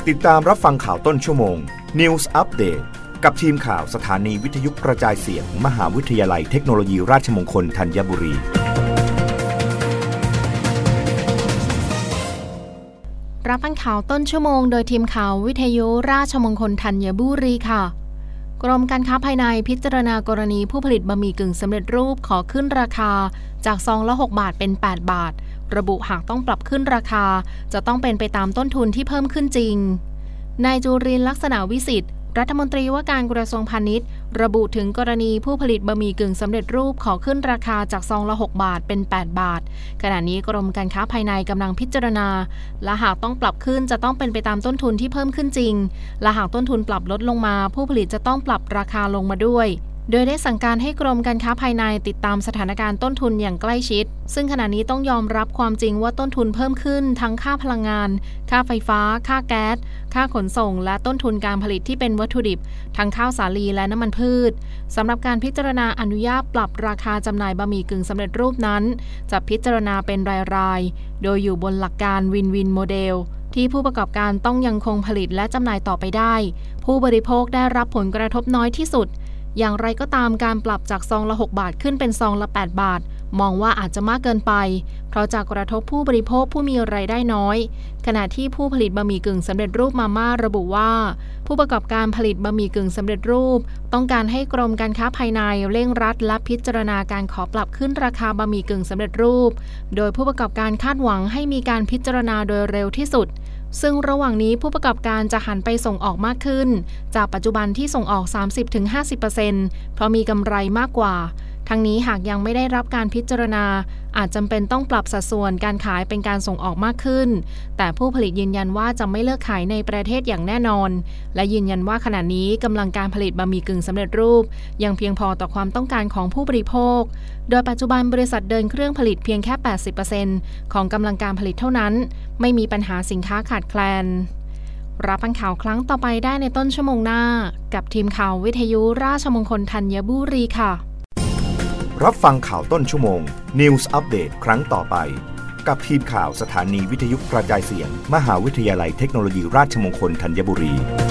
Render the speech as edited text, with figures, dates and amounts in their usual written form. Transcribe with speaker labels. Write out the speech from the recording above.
Speaker 1: ติดตามรับฟังข่าวต้นชั่วโมง News Update กับทีมข่าวสถานีวิทยุกระจายเสียง มหาวิทยาลัยเทคโนโลยีราชมงคลธัญบุรี
Speaker 2: รับฟังข่าวต้นชั่วโมงโดยทีมข่าววิทยุราชมงคลธัญบุรีค่ะกรมการค้าภายในพิจารณากรณีผู้ผลิตบะหมี่กึ่งสำเร็จรูปขอขึ้นราคาจากซองละ6บาทเป็น8บาทระบุหากต้องปรับขึ้นราคาจะต้องเป็นไปตามต้นทุนที่เพิ่มขึ้นจริงนายจุรินทร์ลักษณะวิสิทธิ์รัฐมนตรีว่าการกระทรวงพาณิชย์ระบุถึงกรณีผู้ผลิตบะหมี่กึ่งสำเร็จรูปขอขึ้นราคาจากซองละ6บาทเป็น8บาทขณะนี้กรมการค้าภายในกำลังพิจารณาและหากต้องปรับขึ้นจะต้องเป็นไปตามต้นทุนที่เพิ่มขึ้นจริงและหากต้นทุนปรับลดลงมาผู้ผลิตจะต้องปรับราคาลงมาด้วยโดยได้สั่งการให้กรมการค้าภายในติดตามสถานการณ์ต้นทุนอย่างใกล้ชิดซึ่งขณะนี้ต้องยอมรับความจริงว่าต้นทุนเพิ่มขึ้นทั้งค่าพลังงานค่าไฟฟ้าค่าแก๊สค่าขนส่งและต้นทุนการผลิตที่เป็นวัตถุดิบทั้งข้าวสาลีและน้ำมันพืชสำหรับการพิจารณาอนุญาตปรับราคาจำหน่ายบะหมี่กึ่งสำเร็จรูปนั้นจะพิจารณาเป็นรายๆโดยอยู่บนหลักการวินวินโมเดลที่ผู้ประกอบการต้องยังคงผลิตและจำหน่ายต่อไปได้ผู้บริโภคได้รับผลกระทบน้อยที่สุดอย่างไรก็ตามการปรับจากซองละ6บาทขึ้นเป็นซองละ8บาทมองว่าอาจจะมากเกินไปเพราะจะกระทบผู้บริโภคผู้มีรายได้น้อยขณะที่ผู้ผลิตบะหมี่กึ่งสำเร็จรูปมาม่าระบุว่าผู้ประกอบการผลิตบะหมี่กึ่งสำเร็จรูปต้องการให้กรมการค้าภายในเร่งรัดและพิจารณาการขอปรับขึ้นราคาบะหมี่กึ่งสำเร็จรูปโดยผู้ประกอบการคาดหวังให้มีการพิจารณาโดยเร็วที่สุดซึ่งระหว่างนี้ผู้ประกอบการจะหันไปส่งออกมากขึ้นจากปัจจุบันที่ส่งออก 30-50% เพราะมีกำไรมากกว่าทั้งนี้หากยังไม่ได้รับการพิจารณาอาจจำเป็นต้องปรับสัดส่วนการขายเป็นการส่งออกมากขึ้นแต่ผู้ผลิตยืนยันว่าจะไม่เลิกขายในประเทศอย่างแน่นอนและยืนยันว่าขณะนี้กำลังการผลิตบะหมี่กึ่งสำเร็จรูปยังเพียงพอต่อความต้องการของผู้บริโภคโดยปัจจุบันบริษัทเดินเครื่องผลิตเพียงแค่ 80% ของกำลังการผลิตเท่านั้นไม่มีปัญหาสินค้าขาดแคลนรับฟังข่าวครั้งต่อไปได้ในต้นชั่วโมงหน้ากับทีมข่าววิทยุราชมงคลธัญบุรีค่ะ
Speaker 1: รับฟังข่าวต้นชั่วโมง News Update ครั้งต่อไปกับทีมข่าวสถานีวิทยุกระจายเสียง มหาวิทยาลัยเทคโนโลยีราชมงคลธัญบุรี